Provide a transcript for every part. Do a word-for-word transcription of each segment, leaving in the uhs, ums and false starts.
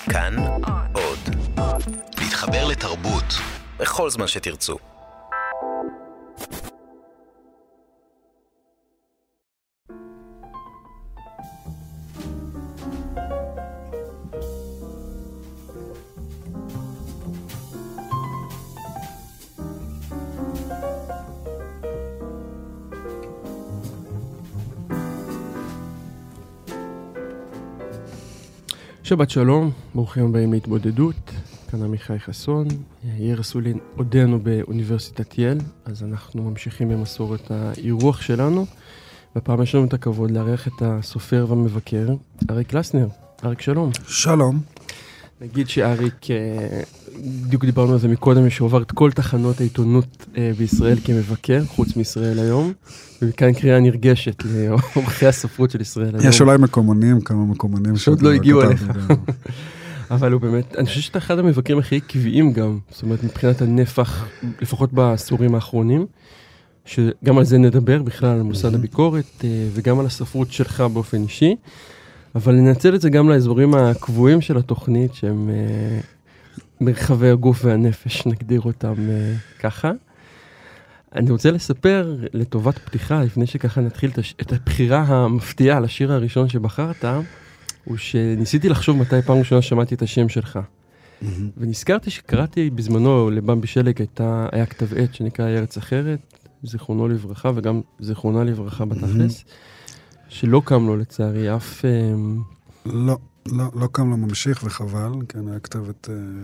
כאן עוד. להתחבר לתרבות בכל זמן שתרצו. שבת שלום, ברוכים הבאים להתבודדות, כאן עמיחי חסון, יאיר אסולין עודנו באוניברסיטת יל, אז אנחנו ממשיכים במסורת האירוח שלנו, והפעם יש לנו את הכבוד לארח את הסופר והמבקר, אריק לסנר. אריק שלום. שלום. נגיד שאריק, בדיוק דיברנו על זה מקודם, שעובר את כל תחנות העיתונות בישראל כמבקר, חוץ מישראל היום, וכאן קריאה נרגשת לאורחי הספרות של ישראל היום. יש אולי מקומונים, כמה מקומונים שעוד לא הגיעו אליך. אבל הוא באמת, אני חושב שאתה אחד המבקרים הכי עקביים גם, זאת אומרת, מבחינת הנפח, לפחות בעשורים האחרונים, שגם על זה נדבר, בכלל על מוסד הביקורת, וגם על הספרות שלך באופן אישי, אבל ננצל את זה גם לאזורים הקבועים של התוכנית, שהם מרחבי הגוף והנפש, נגדיר אותם ככה. אני רוצה לספר לטובת פתיחה, לפני שככה נתחיל את הבחירה המפתיעה על השיר הראשון שבחרת, הוא שניסיתי לחשוב מתי פעם ראשונה שמעתי את השם שלך. ונזכרתי שקראתי בזמנו לבמבי שלג, היה כתב עת שנקרא ארץ אחרת, זיכרונו לברכה, וגם זיכרונה לברכה בתכלס, שלא קם לו לצערי אף... לא, לא, לא קם לו ממשיך וחבל, כן, היה כתבת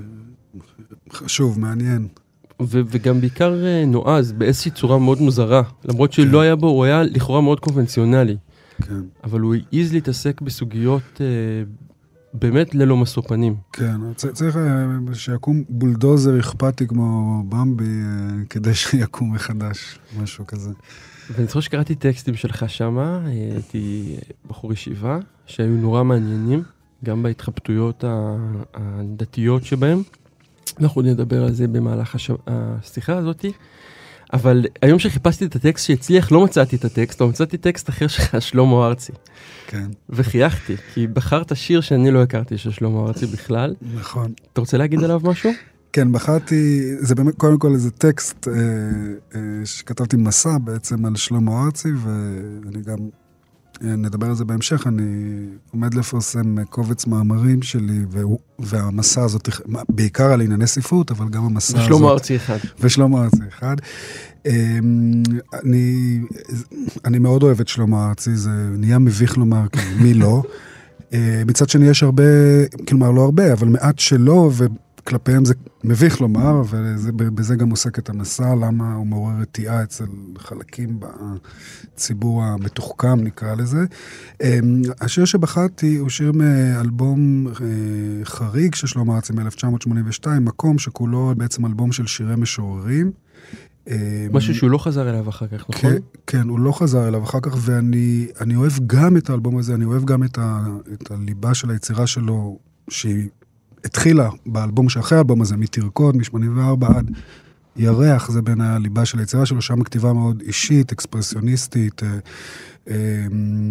חשוב, מעניין. ו- וגם בעיקר נועז באיזושהי צורה מאוד מוזרה, למרות שלא כן. היה בו, הוא היה לכאורה מאוד קונבנציונלי. כן. אבל הוא העיז להתעסק בסוגיות אה, באמת ללא משוא פנים. כן, צריך אה, שיקום בולדוזר אכפתי כמו במבי, אה, כדי שיקום מחדש, משהו כזה. ואני זוכר שקראתי טקסטים שלך שמה, הייתי בחור ישיבה, שהיו נורא מעניינים, גם בהתחבטויות הדתיות שבהם. אנחנו נדבר על זה במהלך הש... השיחה הזאת, אבל היום שחיפשתי את הטקסט שהצליח, לא מצאתי את הטקסט, או מצאתי טקסט אחר שלך, שלמה ארצי. כן. וחייכתי, כי בחרת שיר שאני לא הכרתי של שלמה ארצי בכלל. נכון. אתה רוצה להגיד עליו משהו? כן, בחרתי, זה באמת קודם כל איזה טקסט אה, אה, שכתבתי מסע בעצם על שלמה ארצי, ואני גם אה, נדבר על זה בהמשך, אני עומד לפרסם קובץ מאמרים שלי, והוא, והמסע הזאת, בעיקר על ענייני ספרות, אבל גם המסע הזאת. ושלמה ארצי אחד. ושלמה ארצי אחד. אה, אני, אני מאוד אוהב את שלמה ארצי, זה נהיה מביך לומר, מי לא. אה, מצד שני יש הרבה, כלומר לא הרבה, אבל מעט שלא, ו... כלפיהם זה מביך לומר, ובזה גם עוסק את המסע, למה הוא מעורר רתיעה אצל חלקים בציבור המתוחכם, נקרא לזה. השיר שבחרתי הוא שיר מאלבום חריג של שלמה ארצי מ-אלף תשע מאות שמונים ושתיים, מקום שכולו בעצם אלבום של שירי משוררים. משהו שהוא לא חזר אליו אחר כך, נכון? כן, כן, הוא לא חזר אליו אחר כך, ואני אני אוהב גם את האלבום הזה, אני אוהב גם את, ה, את הליבה של היצירה שלו, שהיא התחילה באלבום שאחרי האלבום הזה, מתרקוד, מ-שמונים וארבע עד ירח, זה בין הליבה של היצירה שלו, שם כתיבה מאוד אישית, אקספרסיוניסטית, אה, אה,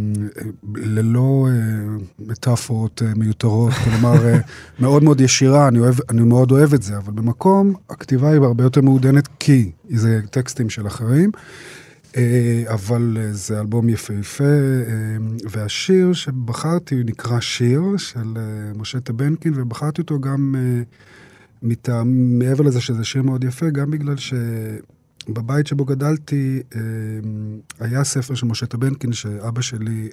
ללא אה, מטאפורות אה, מיותרות, כלומר, אה, מאוד מאוד ישירה, אני, אוהב, אני מאוד אוהב את זה, אבל במקום, הכתיבה היא הרבה יותר מעודנת, כי זה טקסטים של אחרים, אבל זה אלבום יפהפה, והשיר שבחרתי נקרא שיר של משה טבנקין, ובחרתי אותו גם מטעם, מעבר לזה שזה שיר מאוד יפה, גם בגלל שבבית שבו גדלתי היה ספר של משה טבנקין, שאבא שלי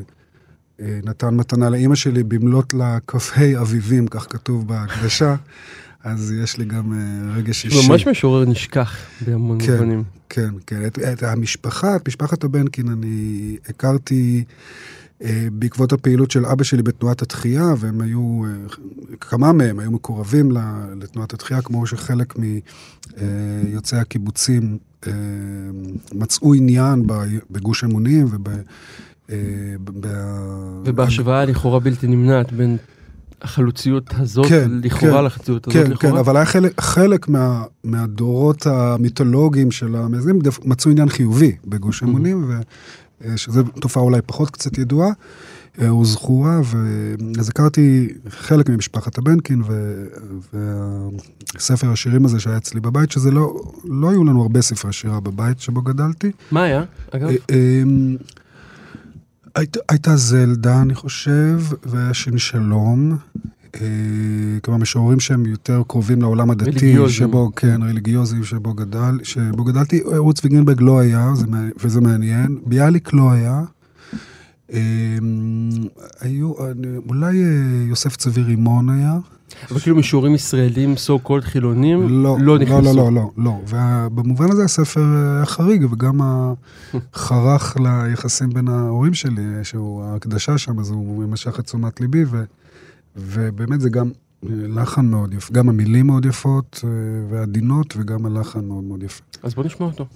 נתן מתנה לאמא שלי במלות לכ"ה אביבים, כך כתוב בהקדשה, אז יש לי גם רגש אישי. ממש משורר נשכח בהמון מובנים. כן, כן. את, את המשפחה, את משפחת הבנקין, אני הכרתי אה, בעקבות הפעילות של אבא שלי בתנועת התחייה, והם היו, אה, כמה מהם היו מקורבים לתנועת התחייה, כמו שחלק מיוצאי אה, הקיבוצים אה, מצאו עניין בגוש אמונים, וב... אה, ב, ובהשוואה לכאורה בלתי נמנעת בין... החלוציות הזאת, כן, לכאורה כן, לחציות הזאת, כן, לכאורה? כן, אבל היה חלק, חלק מה, מהדורות המיתולוגיים של המזים, מצאו עניין חיובי בגוש אמונים, ושזו תופעה אולי פחות קצת ידועה, וזכורה, אז הכרתי חלק ממשפחת הבנקין, והספר השירים הזה שהיה אצלי בבית, שזה לא, לא היו לנו הרבה ספרי שירה בבית שבו גדלתי. מה היה, אגב? הייתה זלדה, אני חושב, והיה שין שלום, כמה משוררים שהם יותר קרובים לעולם הדתי, שבו, כן, רליגיוזי, שבו גדל, שבו גדלתי, רוץ וגינברג לא היה, וזה מעניין, ביאליק לא היה, היו, אולי יוסף צבי רימון היה. אבל כאילו משוררים ישראלים, סו קולד חילונים, לא, לא נכנסו. לא, לא, לא, לא. ובמובן הזה הספר היה חריג, וגם החרך ליחסים בין ההורים שלי, שהוא ההקדשה שם, אז הוא משך את תשומת ליבי, ובאמת זה גם לחן מאוד יפה, גם המילים מאוד יפות ועדינות, וגם הלחן מאוד מאוד יפה. אז בוא נשמע אותו.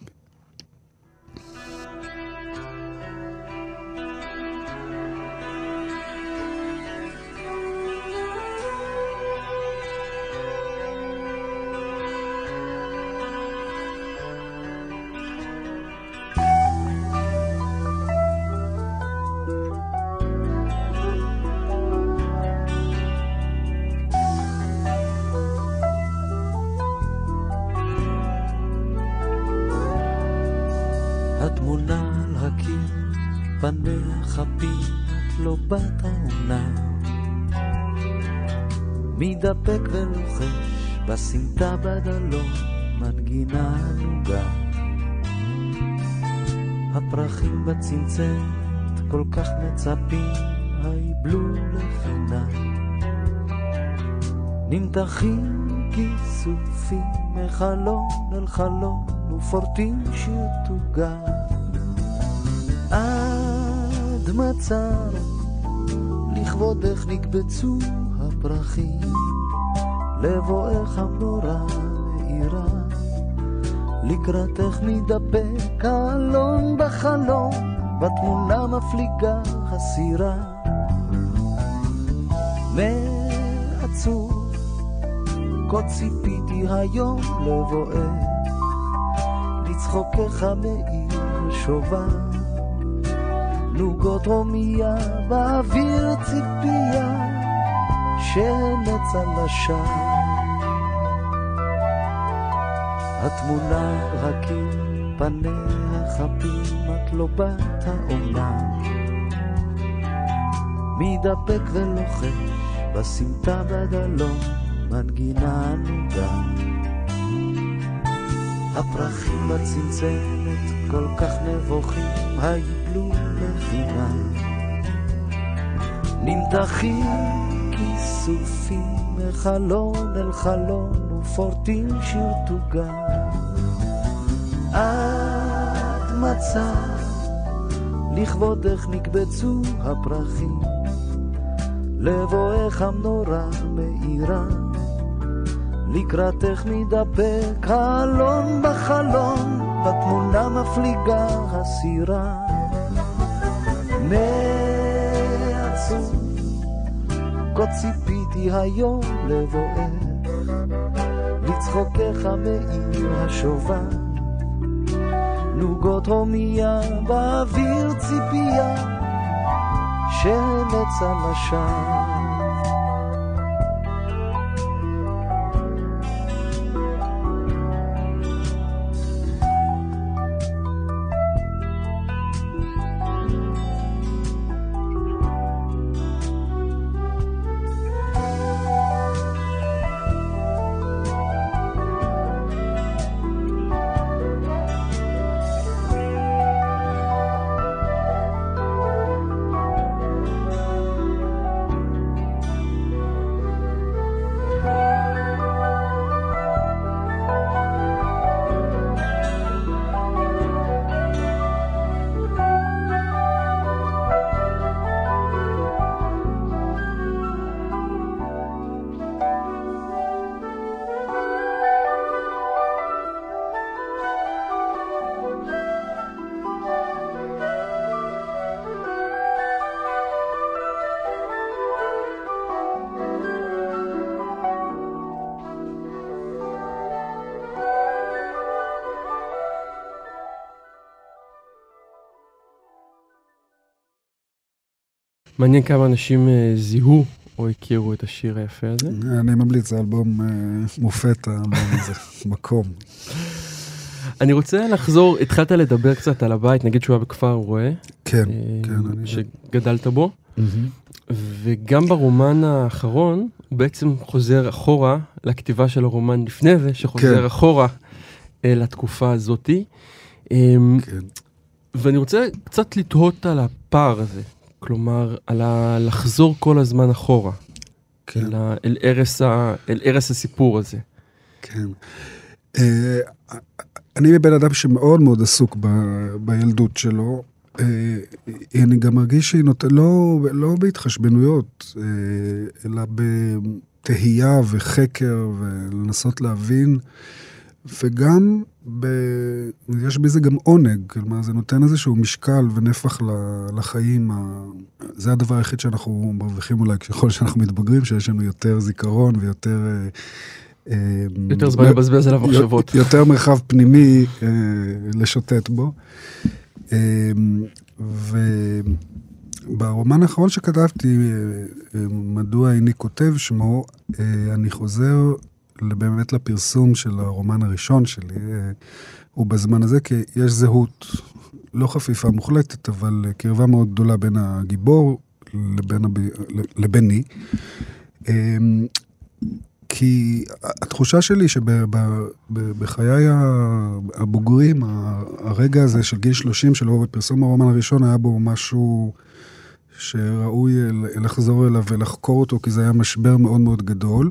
מדפק ולוחש בסמטה בדלון מנגינה נוגה, הפרחים בצנצנת כל כך מצפים היבלו לחינה, נמתחים כיסופים מחלון אל חלון ופורטים שיר תוגה עד מצר לכבודך נקבצו הפרחים, לבואך המנורה מאירה, לקראתך מדבק אלון בחלום, בתמונה מפליגה הסירה. מעצוב כה ציפיתי היום לבואך, לצחוקך מאיר השובה, נוגות רומיה באוויר ציפייה, שנץ על השם. התמונה רכים, פניה חפים, את לא בת העונה, מדפק ולוחש בסמטה בדלון מנגינה נוגה, הפרחים בצנצנת כל כך נבוכים היבלו לחינה, נמתחים כיסופים מחלון אל חלון ופורטים שיר תוגה עד מצב לכבודך נקבצו הפרחים, לבואך המנורה מאירה, לקראתך מדבק אלון בחלון, בתמונה מפליגה הסירה. מעצוב כה ציפיתי היום לבואך, לצחוקך מאיר השובה, נוגות רומיה באוויר ציפייה, שנץ על השם. מעניין כמה אנשים זיהו או הכירו את השיר היפה הזה. אני ממליץ, זה אלבום מופת, האלבום הזה, מקום. אני רוצה לחזור, התחלת לדבר קצת על הבית, נגיד שהוא היה בכפר רואה. כן, כן. שגדלת בו. וגם ברומן האחרון, הוא בעצם חוזר אחורה לכתיבה של הרומן לפני זה, שחוזר אחורה לתקופה הזאת. ואני רוצה קצת לתהות על הפער הזה. כלומר, על לחזור כל הזמן אחורה. אל ערש הסיפור הזה. כן. אני מבן אדם שמאוד מאוד עסוק בילדות שלו. אני גם מרגיש שהיא נותנת, לא, לא בהתחשבנויות, אלא בתהייה וחקר ולנסות להבין, וגם ב... יש בזה גם עונג, כלומר זה נותן איזשהו משקל ונפח לחיים. זה הדבר היחיד שאנחנו מרוויחים אולי ככל שאנחנו מתבגרים, שיש לנו יותר זיכרון ויותר... יותר זמן לבזבז עליו מחשבות. יותר מרחב פנימי לשוטט בו. וברומן האחרון שכתבתי, מדוע איני כותב שמו, אני חוזר באמת לפרסום של הרומן הראשון שלי, ובזמן הזה כי יש זהות, לא חפיפה מוחלטת, אבל קרבה מאוד גדולה בין הגיבור לבין, לביני. כי התחושה שלי שבחיי הבוגרים, הרגע הזה של גיל שלושים שלו בפרסום הרומן הראשון, היה בו משהו שראוי לחזור אליו ולחקור אותו, כי זה היה משבר מאוד מאוד גדול.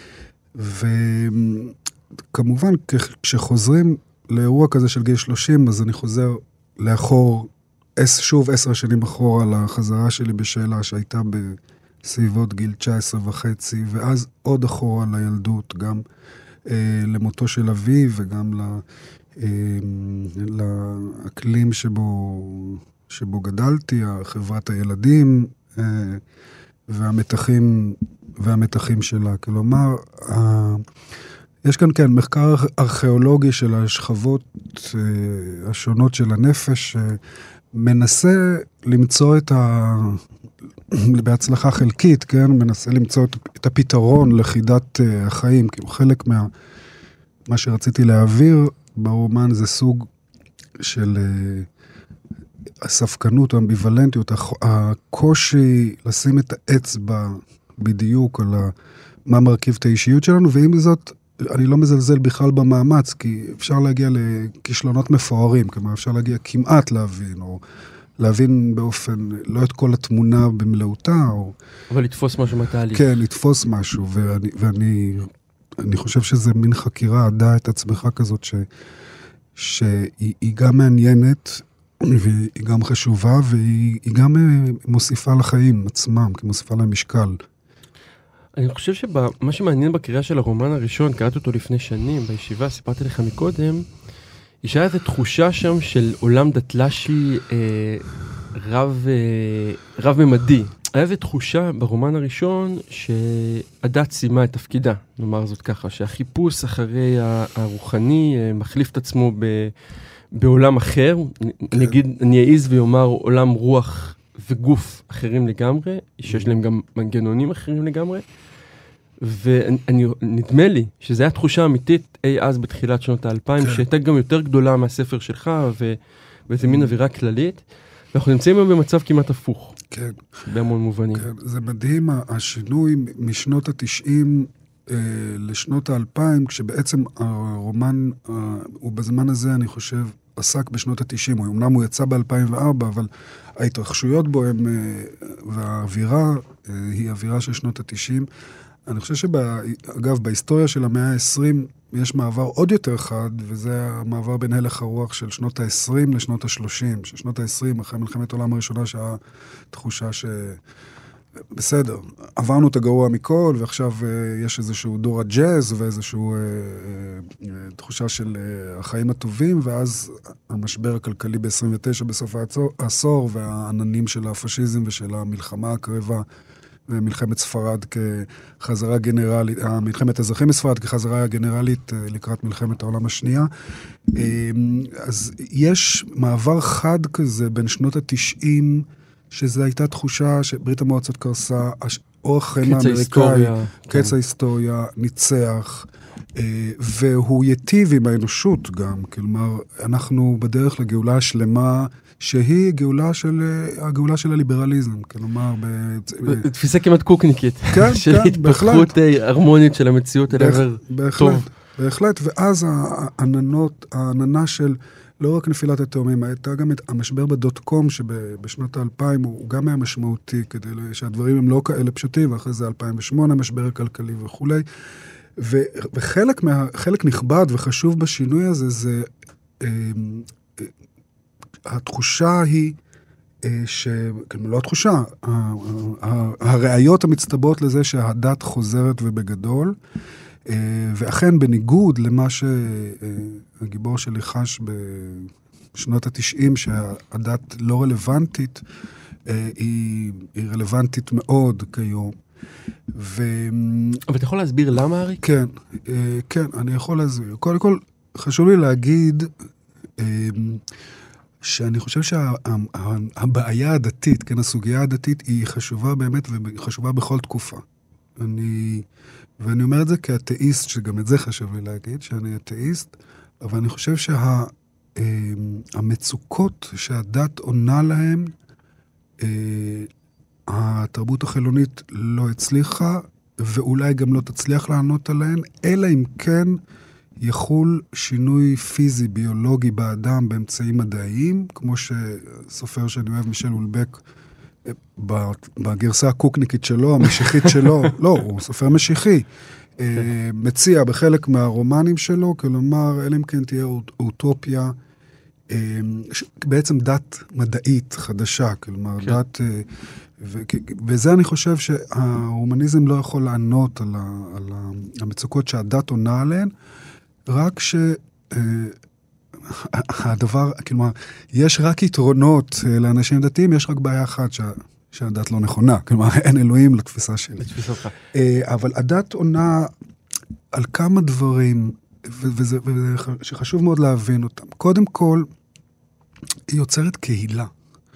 וכמובן, כשחוזרים לאירוע כזה של גיל שלושים, אז אני חוזר לאחור, שוב עשר שנים אחורה לחזרה שלי בשאלה שהייתה ב... סביבות גיל תשע עשרה וחצי, ואז עוד אחורה לילדות, גם אה, למותו של אבי, וגם לה, אה, לאקלים שבו, שבו גדלתי, חברת הילדים, אה, והמתחים, והמתחים שלה. כלומר, אה, יש כאן כן מחקר ארכיאולוגי של השכבות אה, השונות של הנפש, אה, מנסה למצוא את ה... בהצלחה חלקית, כן? מנסה למצוא את הפתרון לחידת החיים, כי חלק מה... מה שרציתי להעביר ברומן זה סוג של הספקנות, האמביוולנטיות, הקושי לשים את האצבע בדיוק על מה מרכיב את האישיות שלנו, ועם זאת, אני לא מזלזל בכלל במאמץ, כי אפשר להגיע לכישלונות מפוארים, כלומר אפשר להגיע כמעט להבין, או להבין באופן, לא את כל התמונה במלאותה, או... אבל לתפוס משהו מהתהליך. כן, לתפוס משהו, ואני, ואני אני חושב שזה מין חקירה, עדה את עצמך כזאת, ש, שהיא גם מעניינת, והיא גם חשובה, והיא גם מוסיפה לחיים עצמם, כי מוסיפה להם משקל. אני חושב שמה שמעניין בקריאה של הרומן הראשון, קראתי אותו לפני שנים, בישיבה, סיפרתי לך מקודם, יש איזו תחושה שם של עולם דתל"שי אה, רב, אה, רב ממדי. היה איזו תחושה ברומן הראשון שהדת סיימה את תפקידה, נאמר זאת ככה, שהחיפוש אחרי הרוחני אה, מחליף את עצמו ב, בעולם אחר, כן. נגיד, אני אעיז ויאמר עולם רוח וגוף אחרים לגמרי, שיש להם גם מנגנונים אחרים לגמרי, ונדמה לי שזו הייתה תחושה אמיתית אי אז בתחילת שנות האלפיים, שהייתה גם יותר גדולה מהספר שלך, ואיזה מין אווירה כללית, ואנחנו נמצאים היום במצב כמעט הפוך. כן. בהמון מובנים. כן, זה מדהים, השינוי משנות התשעים לשנות האלפיים, כשבעצם הרומן, הוא בזמן הזה, אני חושב, עסק בשנות התשעים, אמנם הוא יצא ב-אלפיים וארבע, אבל ההתרחשויות בו הם, והאווירה היא אווירה של שנות התשעים. אני חושב שאגב, בהיסטוריה של המאה ה-עשרים יש מעבר עוד יותר חד, וזה המעבר בין הלך הרוח של שנות ה-עשרים לשנות ה-שלושים. ששנות ה-עשרים, אחרי מלחמת העולם הראשונה, שהיה תחושה ש... בסדר, עברנו את הגרוע מכל, ועכשיו יש איזשהו דור הג'אז, ואיזשהו תחושה של החיים הטובים, ואז המשבר הכלכלי ב-עשרים ותשע בסוף העשור, והעננים של הפשיזם ושל המלחמה הקרבה, ומלחמת ספרד כחזרה גנרלית, מלחמת אזרחים בספרד כחזרה גנרלית לקראת מלחמת העולם השנייה. אז יש מעבר חד כזה בין שנות התשעים שזו הייתה תחושה שברית המועצות קרסה, אורח חיים האמריקאי, קץ ההיסטוריה, ניצח, והוא יטיב עם האנושות גם, כלומר, אנחנו בדרך לגאולה השלמה, שהיא גאולה של, הגאולה של הליברליזם, כלומר, תפיסה כמעט קוקניקית, של התפתחות הרמונית של המציאות אל עבר טוב. בהחלט, ואז העננות, העננה של לא רק נפילת התאומים, הייתה גם את המשבר בדוט קום שבשנות האלפיים הוא גם היה משמעותי, כדי שהדברים הם לא כאלה פשוטים, ואחרי זה אלפיים ושמונה, המשבר הכלכלי וכו'. וחלק מה, חלק נכבד וחשוב בשינוי הזה, זה התחושה היא, ש... לא התחושה, הראיות המצטברות לזה שהדת חוזרת ובגדול, ואכן בניגוד למה שהגיבור שלי חש בשנות התשעים, שהדת לא רלוונטית, היא, היא רלוונטית מאוד כיום. ו... אבל אתה יכול להסביר למה, אריק? כן, כן, אני יכול להסביר. קודם כל, חשוב לי להגיד שאני חושב שהבעיה הדתית, כן, הסוגיה הדתית היא חשובה באמת וחשובה בכל תקופה. אני... ואני אומר את זה כאתאיסט, שגם את זה חשוב לי להגיד, שאני אתאיסט, אבל אני חושב שהמצוקות שהדת עונה להן, התרבות החילונית לא הצליחה, ואולי גם לא תצליח לענות עליהן, אלא אם כן יחול שינוי פיזי, ביולוגי באדם, באמצעים מדעיים, כמו שסופר שאני אוהב, מישל אולבק, בגרסה הקוקניקית שלו, המשיחית שלו, לא, הוא סופר משיחי, מציע בחלק מהרומנים שלו, כלומר, אלא אם כן תהיה אוטופיה, בעצם דת מדעית חדשה, כלומר, דת, וזה אני חושב שההומניזם לא יכול לענות על המצוקות שהדת עונה עליהן, רק ש... הדבר, כלומר, יש רק יתרונות לאנשים דתיים, יש רק בעיה אחת שה, שהדת לא נכונה, כלומר, אין אלוהים לתפיסה שלי. לתפיסתך. אבל הדת עונה על כמה דברים, וזה, וזה שחשוב מאוד להבין אותם. קודם כל, היא יוצרת קהילה.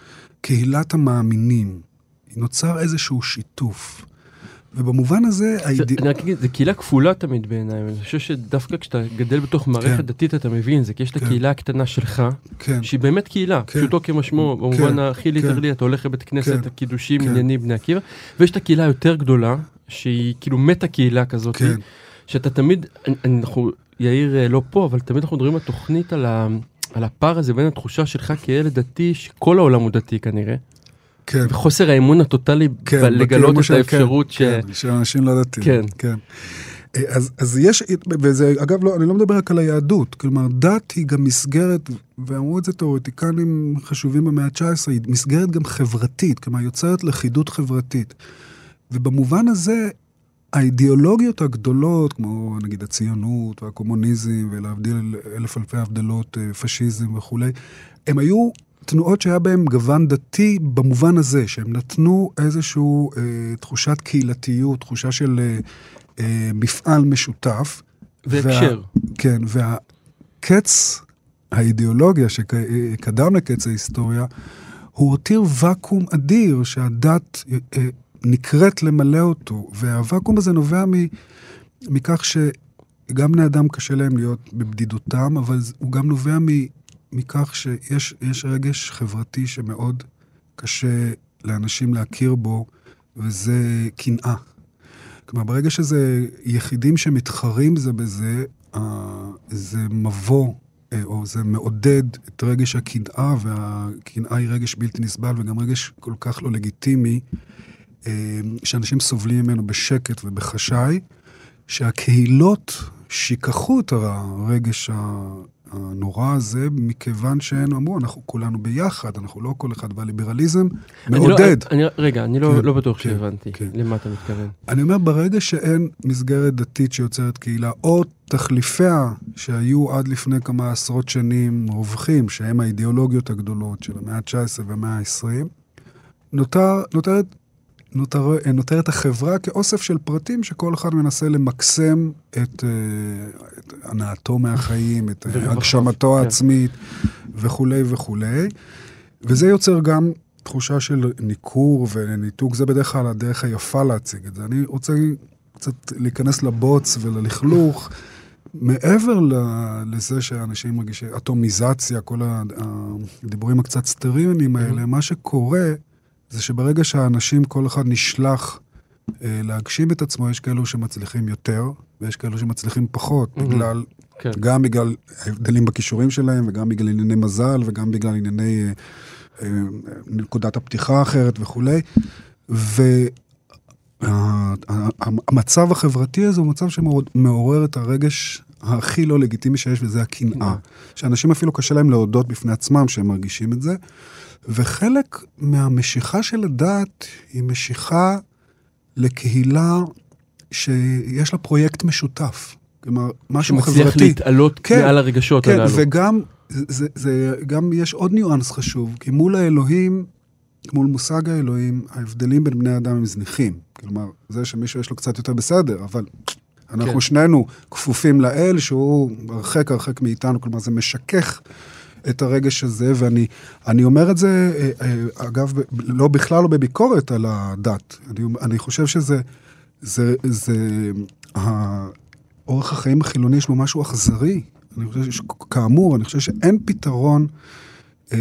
קהילת המאמינים. היא נוצר איזשהו שיתוף. ובמובן הזה... אני רק אגיד, זה קהילה כפולה תמיד בעיניי, אני חושב שדווקא כשאתה גדל בתוך מערכת דתית, אתה מבין זה, כי יש את הקהילה הקטנה שלך, שהיא באמת קהילה, פשוטו כמשמו, במובן הכי ליטרלי, אתה הולך לבית כנסת, הקידושים, עניינים, בני עקיבא, ויש את הקהילה היותר גדולה, שהיא כאילו מתה קהילה כזאת, שאתה תמיד, אנחנו, יאיר לא פה, אבל תמיד אנחנו מדברים בתוכנית על הפער הזה, בין התחושה שלך כילד דתי, שכל העולם הוא דתי כנראה, כן. וחוסר האמון הטוטלי כן, בלגלות את האפשרות כן, ש... כן, שאנשים לא דתיים. כן. כן. אז, אז יש, וזה, אגב, לא, אני לא מדבר רק על היהדות, כלומר, דת היא גם מסגרת, ואמרו את זה תיאורטיקנים חשובים במאה ה-תשע עשרה, היא מסגרת גם חברתית, כלומר, יוצרת לכידות חברתית. ובמובן הזה, האידיאולוגיות הגדולות, כמו נגיד הציונות והקומוניזם, ולהבדיל אלף אלפי הבדלות, פשיזם וכו', הם היו תנועות שהיה בהם גוון דתי במובן הזה, שהם נתנו איזושהי אה, תחושת קהילתיות, תחושה של אה, אה, מפעל משותף. והקשר. וה, כן, והקץ, האידיאולוגיה שקדם לקץ ההיסטוריה, הוא הותיר וקום אדיר שהדת אה, נקראת למלא אותו, והוואקום הזה נובע מ, מכך שגם בני אדם קשה להם להיות בבדידותם, אבל הוא גם נובע מ... מכך שיש יש רגש חברתי שמאוד קשה לאנשים להכיר בו, וזה קנאה. כלומר, ברגע שזה יחידים שמתחרים זה בזה, זה מבוא, או זה מעודד את רגש הקנאה, והקנאה היא רגש בלתי נסבל, וגם רגש כל כך לא לגיטימי, שאנשים סובלים ממנו בשקט ובחשאי, שהקהילות שיקחו את הרגש הנורא הזה, מכיוון שהן אמרו, אנחנו כולנו ביחד, אנחנו לא כל אחד, והליברליזם מעודד. רגע, אני לא בטוח שהבנתי למה אתה מתכוון. אני אומר, ברגע שאין מסגרת דתית שיוצרת קהילה, או תחליפיה שהיו עד לפני כמה עשרות שנים רווחים, שהם האידיאולוגיות הגדולות של המאה ה-תשע עשרה והמאה ה-עשרים, נותרת נותר, נותרת החברה כאוסף של פרטים שכל אחד מנסה למקסם את, את הנעתו מהחיים, את הגשמתו העצמית וכו' וכו'. וזה יוצר גם תחושה של ניכור וניתוק, זה בדרך כלל הדרך היפה להציג את זה. אני רוצה קצת להיכנס לבוץ וללכלוך, מעבר לזה שאנשים מרגישים, אטומיזציה, כל הדיבורים הקצת סטרימיים האלה, מה שקורה זה שברגע שהאנשים, כל אחד נשלח להגשים את עצמו, יש כאלו שמצליחים יותר, ויש כאלו שמצליחים פחות, בגלל, גם בגלל ההבדלים בכישורים שלהם, וגם בגלל ענייני מזל, וגם בגלל ענייני נקודת הפתיחה האחרת וכו'. והמצב החברתי הזה הוא מצב שמעורר את הרגש הכי לא לגיטימי שיש, וזה הקנאה. שאנשים אפילו קשה להם להודות בפני עצמם שהם מרגישים את זה, וחלק מהמשיכה של הדת היא משיכה לקהילה שיש לה פרויקט משותף. כלומר, משהו חברתי. שמצליח להתעלות כן, מעל הרגשות כן, הללו. וגם, זה, זה, גם יש עוד ניואנס חשוב, כי מול האלוהים, מול מושג האלוהים, ההבדלים בין בני האדם הם זניחים. כלומר, זה שמישהו יש לו קצת יותר בסדר, אבל אנחנו כן. שנינו כפופים לאל, שהוא הרחק הרחק מאיתנו, כלומר, זה משכך את הרגש הזה, ואני אני אומר את זה, אגב, לא בכלל לא בביקורת על הדת. אני, אני חושב שזה, זה, זה, האורח החיים החילוני יש לו משהו אכזרי. אני חושב שכאמור, אני חושב שאין פתרון אה,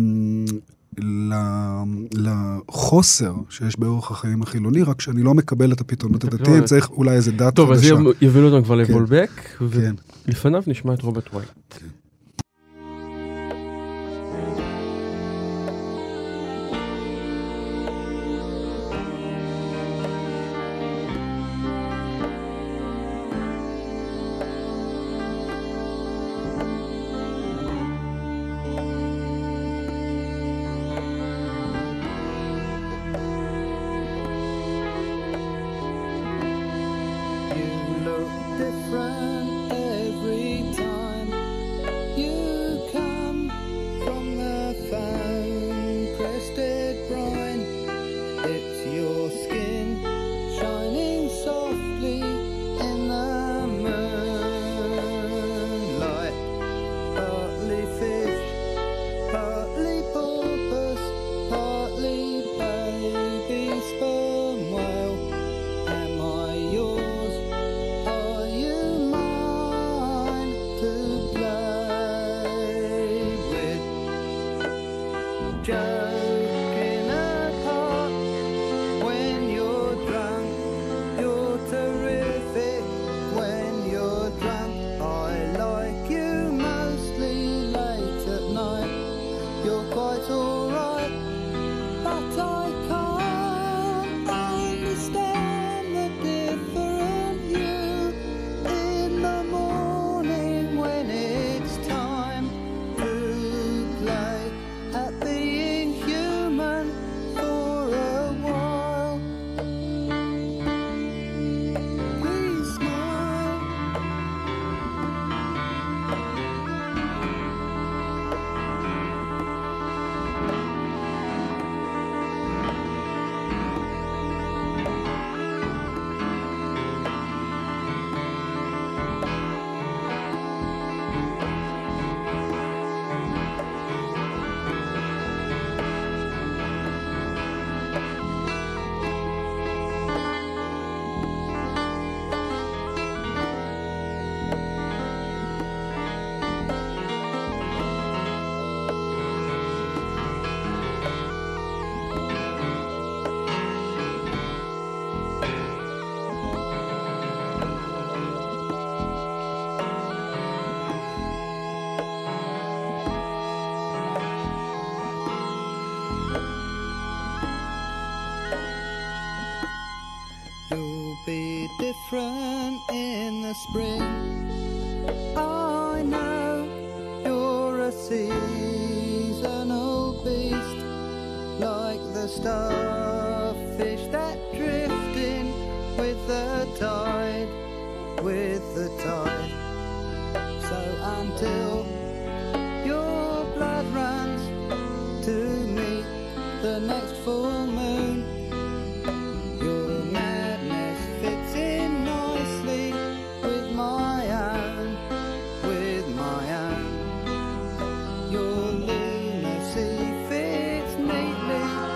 לחוסר שיש באורח החיים החילוני, רק שאני לא מקבל את הפתרונות הדתיים, צריך אולי איזה דת חדשה. טוב, אז יבילו אותם כבר לבולבק, ולפניו נשמע את רוברט ווייט. Different in the spring. I know you're a seasonal beast, like the starfish that drift in with the tide, with the tide. So until your blood runs to meet the next full moon, your lunacy fits neatly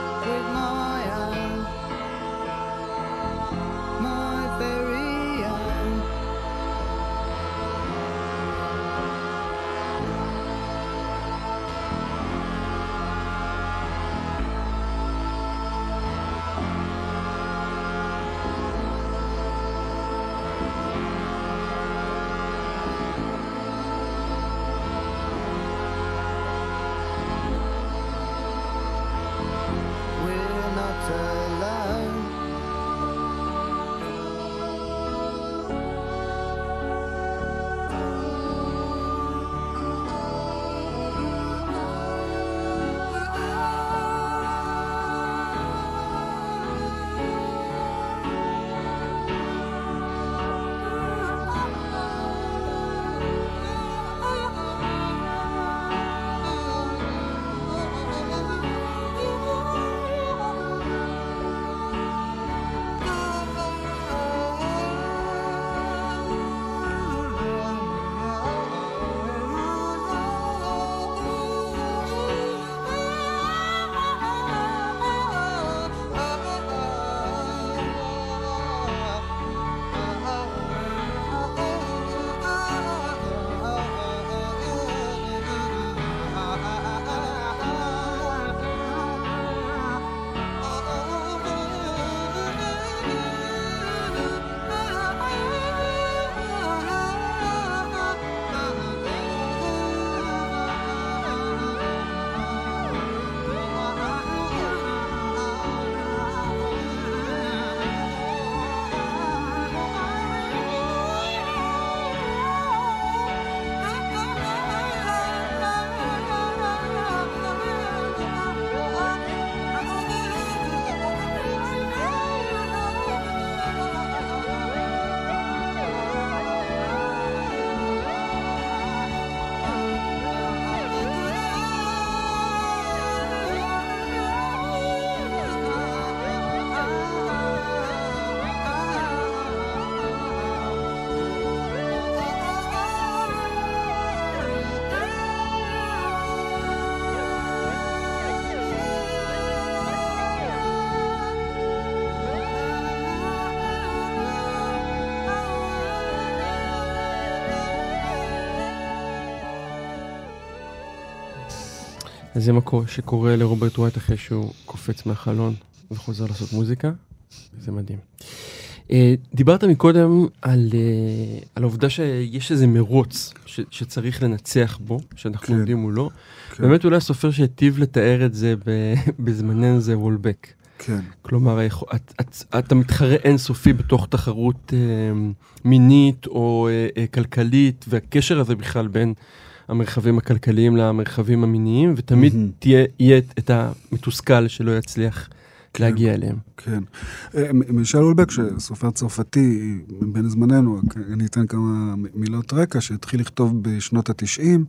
אז זה מקור שקורה לרוברט ווייט אחרי שהוא קופץ מהחלון וחוזר לעשות מוזיקה, זה מדהים. דיברת מקודם על, על העובדה שיש איזה מרוץ ש, שצריך לנצח בו, שאנחנו כן. יודעים הוא לא. כן. באמת אולי הסופר שהטיב לתאר את זה בזמננו זה וולבק. כן. כלומר, את, את, אתה מתחרה אינסופי בתוך תחרות אה, מינית או אה, כלכלית, והקשר הזה בכלל בין המרחבים הכלכליים למרחבים המיניים, ותמיד mm-hmm. תהיה, יהיה את המתוסכל שלא יצליח כן, להגיע אליהם. כן. מישל וולבק, שסופר צרפתי בין זמננו, אני אתן כמה מילות רקע, שהתחיל לכתוב בשנות התשעים,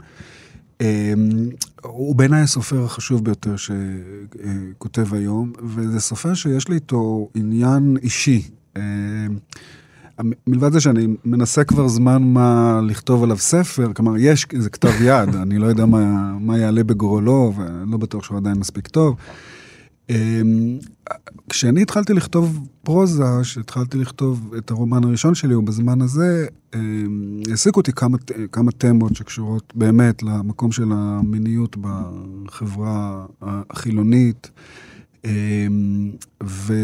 הוא בעיניי הסופר החשוב ביותר שכותב היום, וזה סופר שיש לי איתו עניין אישי. מלבד זה שאני מנסה כבר זמן מה לכתוב עליו ספר, כלומר, יש איזה כתב יד, אני לא יודע מה, מה יעלה בגורלו, ואני לא בטוח שהוא עדיין מספיק טוב. כשאני התחלתי לכתוב פרוזה, שהתחלתי לכתוב את הרומן הראשון שלי, ובזמן הזה העסיקו אותי כמה, כמה תמות שקשורות באמת למקום של המיניות בחברה החילונית, ו...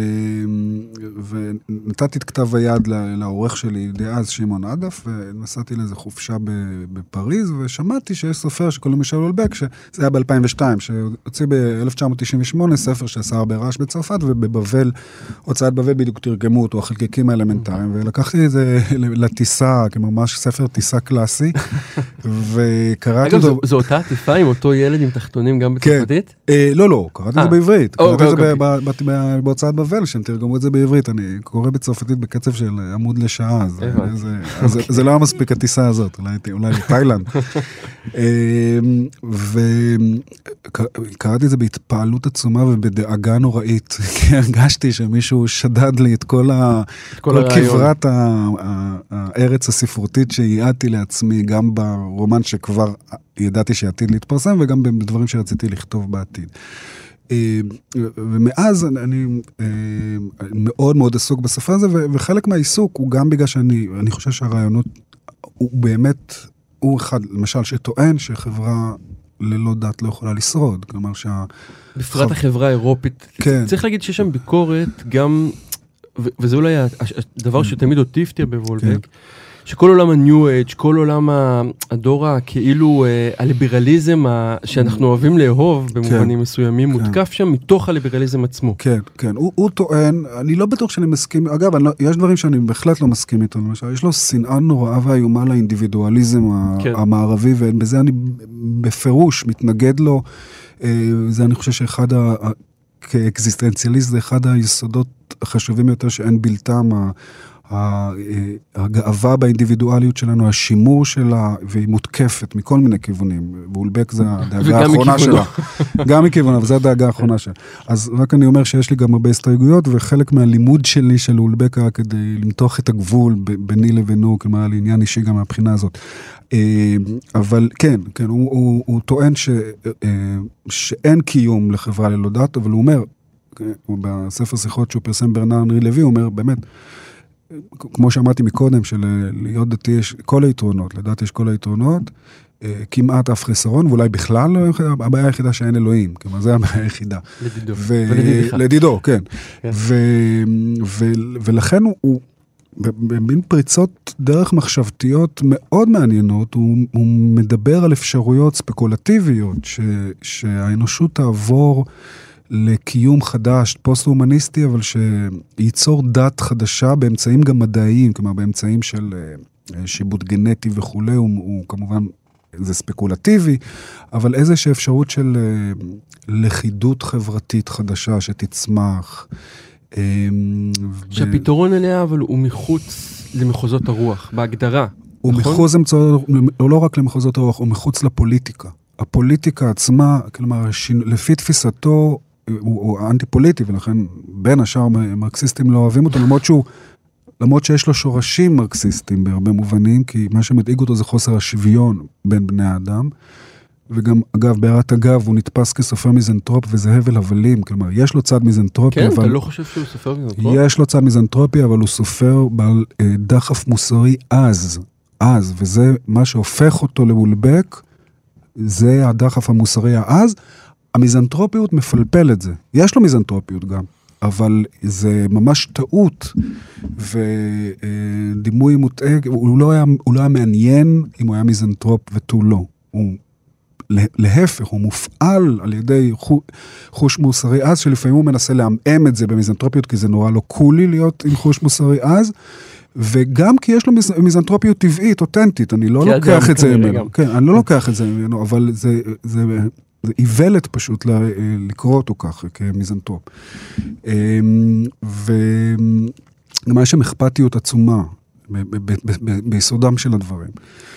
ונתתי את כתב היד לעורך שלי דאז שמעון עדף, ונסעתי לאיזו חופשה בפריז, ושמעתי שיש סופר שקוראים מישל וולבק, שזה היה ב-אלפיים ושתיים, שהוציא ב-אלף תשע מאות תשעים ושמונה ספר שעשה הרבה רעש בצרפת, ובבבל, הוצאת בבל בדיוק תרגמו אותו, החלקיקים האלמנטריים, ולקחתי את זה לטיסה, ממש ספר טיסה קלאסי, וקראתי אותו... אגב, זו אותה עטיפה עם אותו ילד עם תחתונים גם בצרפתית? לא, לא, קראתי את זה בעברית. קראתי את זה בהוצאת בבל, שהם תרגמו את זה בעברית. אני קורא בצרפתית בקצב של עמוד לשעה, זה לא המספיק הטיסה הזאת, אולי לתאילנד. וקראתי את זה בהתפעלות עצומה ובדאגה נוראית, כי הרגשתי שמישהו שדד לי את כל כברת הארץ הספרותית שהייעדתי לעצמי, גם ברומן שכבר ידעתי שעתיד להתפרסם, וגם בדברים שרציתי לכתוב בעתיד. ומאז אני מאוד מאוד עסוק בשפה הזה, וחלק מהעיסוק הוא גם בגלל שאני, אני חושב שהרעיונות הוא באמת, הוא אחד, למשל, שטוען שחברה ללא דת לא יכולה לשרוד, כלומר שה... בפרט החברה האירופית, צריך להגיד שיש שם ביקורת גם, וזה אולי הדבר שתמיד אותי הפתיע בוולבק, שכל עולם הניו אייג', כל עולם הדור הכאילו הליברליזם שאנחנו אוהבים לאהוב במובנים מסוימים, מותקף שם מתוך הליברליזם עצמו. כן, כן. הוא טוען, אני לא בטוח שאני מסכים, אגב, יש דברים שאני בהחלט לא מסכים איתו, למשל, יש לו שנאה נוראה והיומה לאינדיבידואליזם המערבי, ובזה אני בפירוש מתנגד לו, זה אני חושב שאחד כאקזיסטנציאליסט, זה אחד היסודות החשובים יותר שאין בלתם, הגאווה באינדיבידואליות שלנו, השימור שלה, והיא מותקפת מכל מיני כיוונים. וולבק זה הדאגה האחרונה שלה. גם מכיוונה, אבל זה הדאגה האחרונה שלה. אז רק אני אומר שיש לי גם הרבה הסתייגויות, וחלק מהלימוד שלי של וולבק היה כדי למתוח את הגבול ביני לבינו, כלומר, לעניין אישי גם מהבחינה הזאת. אבל כן, כן, הוא, הוא, הוא טוען ש, שאין קיום לחברה ללא דת, אבל הוא אומר, בספר שיחות שהוא פרסם ברנרד אנרי לוי, הוא אומר, באמת, כמו שאמרתי מקודם, שלהיות דתי יש כל היתרונות, לדעת יש כל היתרונות, כמעט אף חסרון, ואולי בכלל הבעיה היחידה שאין אלוהים, כלומר, זה הבעיה היחידה. לדידו. לדידו, כן. ולכן הוא, במין פריצות דרך מחשבתיות מאוד מעניינות, הוא מדבר על אפשרויות ספקולטיביות, שהאנושות תעבור לקיום חדש, פוסט-הומניסטי, אבל שייצור דת חדשה באמצעים גם מדעיים, כלומר באמצעים של שיבוט גנטי וכו', הוא, הוא כמובן, זה ספקולטיבי, אבל איזושהי אפשרות של לכידות חברתית חדשה שתצמח. שהפתרון אליה, אבל הוא מחוץ למחוזות הרוח, בהגדרה. הוא נכון? מחוץ למצוא, לא רק למחוזות הרוח, הוא מחוץ לפוליטיקה. הפוליטיקה עצמה, כלומר, לפי תפיסתו, הוא, הוא אנטי-פוליטי, ולכן בין השאר מרקסיסטים לא אוהבים אותו, למרות שהוא, למרות שיש לו שורשים מרקסיסטים בהרבה מובנים, כי מה שמדאיג אותו זה חוסר השוויון בין בני האדם, וגם, אגב, בהערת אגב, הוא נתפס כסופר מיזנטרופ, וזה הבל הבלים, כלומר, יש לו צד מיזנטרופי, כן, אבל... אתה לא חושב שהוא סופר מיזנטרופ? יש לו צד מיזנטרופי, אבל הוא סופר בעל אה, דחף מוסרי אז, אז, וזה מה שהופך אותו לוולבק, זה הדחף המוסרי אז, המיזנטרופיות מפלפל את זה. יש לו מיזנטרופיות גם, אבל זה ממש טעות, ודימוי מוטעה, הוא לא היה, הוא לא היה מעניין אם הוא היה מיזנטרופ ותו לא. הוא להפך, הוא מופעל על ידי חוש מוסרי אז, שלפעמים הוא מנסה להמאם את זה במיזנטרופיות, כי זה נורא לא קולי להיות עם חוש מוסרי אז, וגם כי יש לו מיזנטרופיות טבעית, אותנטית, אני לא לוקח את זה ממנו. כן, אני לא לוקח את זה ממנו, אבל זה, זה, זה איוולת פשוט לקרוא אותו ככה, כמיזנטרופ. וגם יש שם אכפתיות עצומה, ביסודם של הדברים.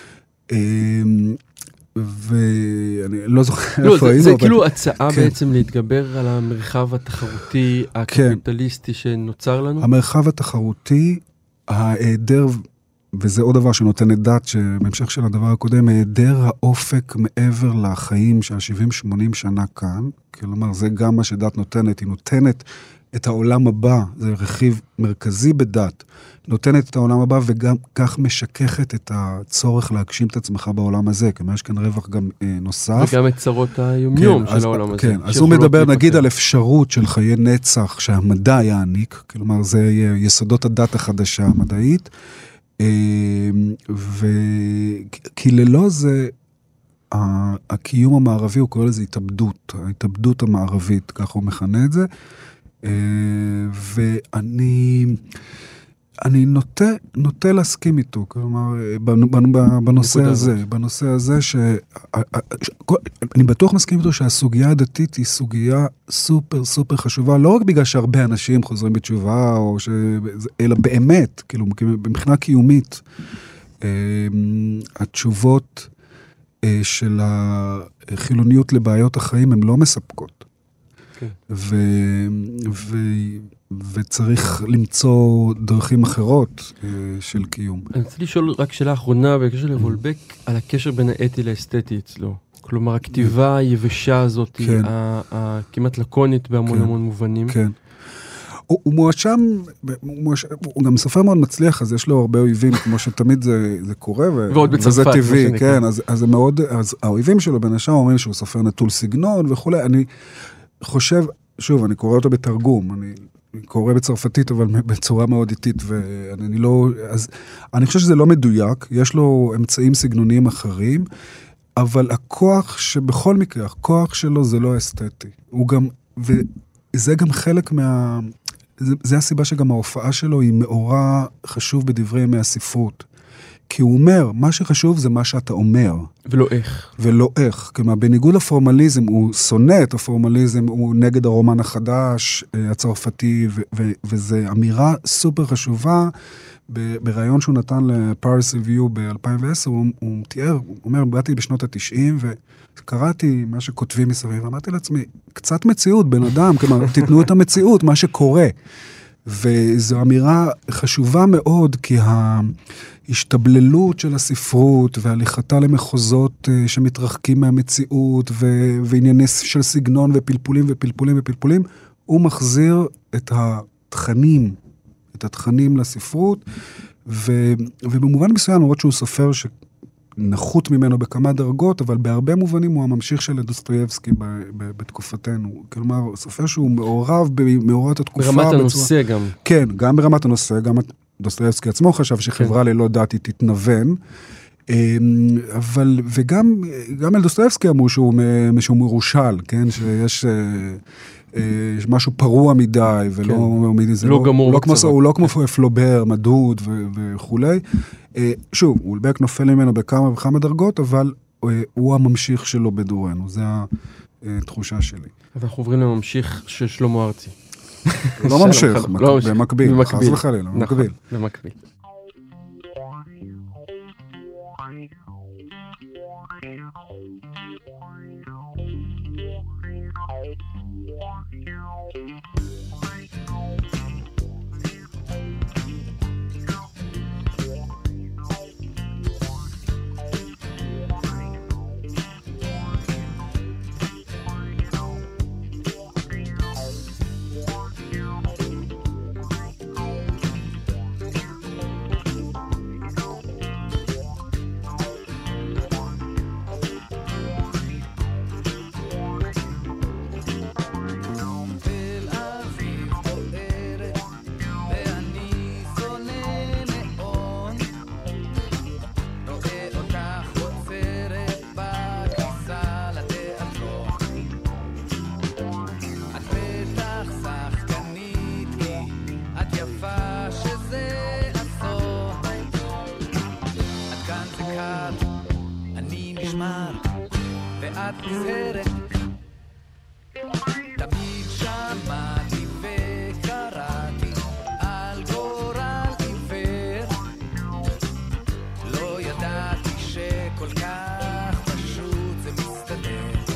ואני לא זוכר איפה היינו. זה כאילו הצעה בעצם להתגבר על המרחב התחרותי, הקפיטליסטי שנוצר לנו? המרחב התחרותי, ההיעדר, וזה עוד דבר שנותן את דעת, שבהמשך של הדבר הקודם, ההיעדר האופק מעבר לחיים של שבעים שמונים שנה כאן, כלומר, זה גם מה שדת נותנת, היא נותנת את העולם הבא, זה רכיב מרכזי בדת, נותנת את העולם הבא, וגם כך משככת את הצורך להגשים את עצמך בעולם הזה, כלומר, יש כאן רווח גם אה, נוסף. וגם את צרות היומיום כן, של אז, העולם הזה. כן, אז הוא מדבר, להיפטר. נגיד, על אפשרות של חיי נצח, שהמדע יעניק, כלומר, זה יסודות הדת החדשה המדעית, אה, ו... כי ללא זה, הקיום המערבי, הוא קורא לזה התאבדות, ההתאבדות המערבית, כך הוא מכנה את זה, ואני אני נוטה, נוטה להסכים איתו, כלומר, בנושא הזה, בנושא הזה ש... אני בטוח מסכים איתו שהסוגיה הדתית היא סוגיה סופר סופר חשובה, לא רק בגלל שהרבה אנשים חוזרים בתשובה, או ש... אלא באמת, כאילו, מבחינה קיומית, התשובות של החילוניות לבעיות החיים הן לא מספקות. ו... ו... וצריך למצוא דרכים אחרות של קיום. אני רוצה לשאול רק שאלה אחרונה, בקשר לבולבק, על הקשר בין האתי לאסתטי אצלו. כלומר, הכתיבה היבשה הזאת, כן. הכמעט לקונית בהמון כן. המון מובנים. כן. הוא, הוא מואשם, הוא, מואשם, הוא גם סופר מאוד מצליח, אז יש לו הרבה אויבים, כמו שתמיד זה, זה קורה, ו... ועוד בצרפת, וזה טבעי, כן, אז, אז זה מאוד, אז האויבים שלו בין השאר אומרים שהוא סופר נטול סגנון וכו'. אני חושב, שוב, אני קורא אותו בתרגום, אני קורא בצרפתית, אבל בצורה מאוד איטית, ואני לא, אז אני חושב שזה לא מדויק, יש לו אמצעים סגנוניים אחרים, אבל הכוח שבכל מקרה, הכוח שלו זה לא אסתטי. הוא גם, וזה גם חלק מה, זה, זה הסיבה שגם ההופעה שלו היא מאורע חשוב בדברי ימי הספרות. כי הוא אומר, מה שחשוב זה מה שאתה אומר. ולא איך. ולא איך. כלומר, בניגוד לפורמליזם, הוא שונא את הפורמליזם, הוא נגד הרומן החדש, הצרפתי, ו- ו- וזה אמירה סופר חשובה. ברעיון שהוא נתן לפאריס ריוויו ב-אלפיים ועשר, הוא, הוא תיאר, הוא אומר, באתי בשנות ה-תשעים, וקראתי מה שכותבים מסביב, ואמרתי לעצמי, קצת מציאות, בן אדם, כלומר, תיתנו את המציאות, מה שקורה. וזו אמירה חשובה מאוד, כי ההשתבללות של הספרות, והליכתה למחוזות שמתרחקים מהמציאות, ו- וענייני של סגנון ופלפולים ופלפולים ופלפולים, הוא מחזיר את התכנים, את התכנים לספרות, ו- ובמובן מסוים, למרות שהוא סופר שנחות ממנו בכמה דרגות, אבל בהרבה מובנים הוא הממשיך של דוסטויבסקי ב- ב- בתקופתנו. כלומר, סופר שהוא מעורב במאורות התקופה. ברמת בצורה... הנושא גם. כן, גם ברמת הנושא, גם דוסטויבסקי עצמו חשב שחברה כן. ללא דת היא תתנוון, אבל, וגם, גם אל דוסטויבסקי אמרו שהוא, שהוא מרושל, כן, שיש... יש משהו פרוע מדי, ולא כן. זה לא, לא גמור. לא כמו, הוא לא כמו פלובר, מדוד וכולי. שוב, אולבק נופל ממנו בכמה וכמה דרגות, אבל הוא הממשיך שלו בדורנו. זו התחושה שלי. אנחנו עוברים לממשיך של שלמה ארצי. לא ממשיך, במקביל. חס וחלילה, במקביל. במקביל. את נזהרת. תמיד שמעתי וקראתי על גורל עיוור, לא ידעתי שכל כך פשוט זה מסתדר.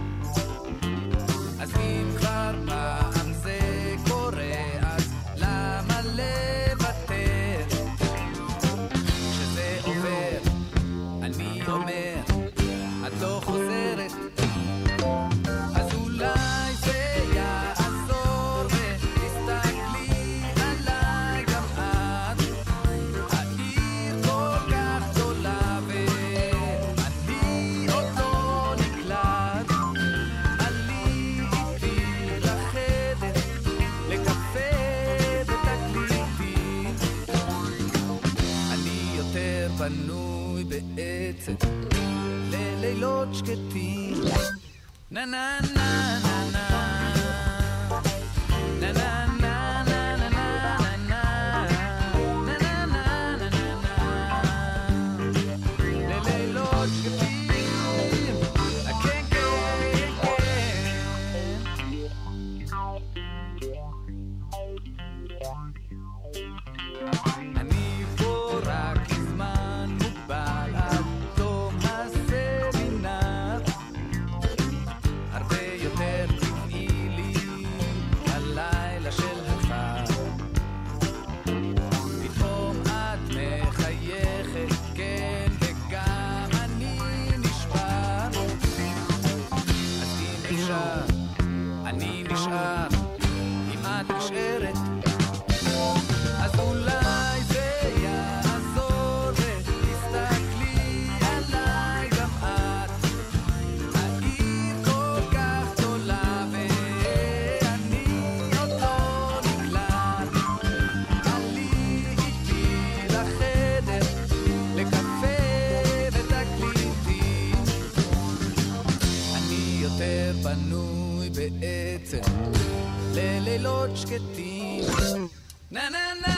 אז אם כבר פעם זה קורה, אז למה לוותר? כשזה עובר אני אומר את לא חוזרת, אז אולי זה יעזור ותסתכלי עליי גם את. העיר כל כך גדולה ואני עוד לא נקלט. עלי איתי לחדר לקפה ותקליטי, אני יותר בנוי בעצם ללילות שקטים. Na na na na na na na na na na na na na na na לילות שקטים. כן כן כן, אני פה רק זמן מוגבל עד תום הסמינר. הרבה יותר טבעי לי הלילה של הכפר. פתאום את מחייכת, כן, וגם אני נשבר. אז אם אפשר, אני נשאר. אם את נשארת, אז אולי זה יעזור ותסתכלי עליי גם את. העיר כל כך גדולה ואני עוד לא נקלט. עלי איתי לחדר לקפה ותקליטי, אני יותר בנוי בעצם ללילות שקטים. na na na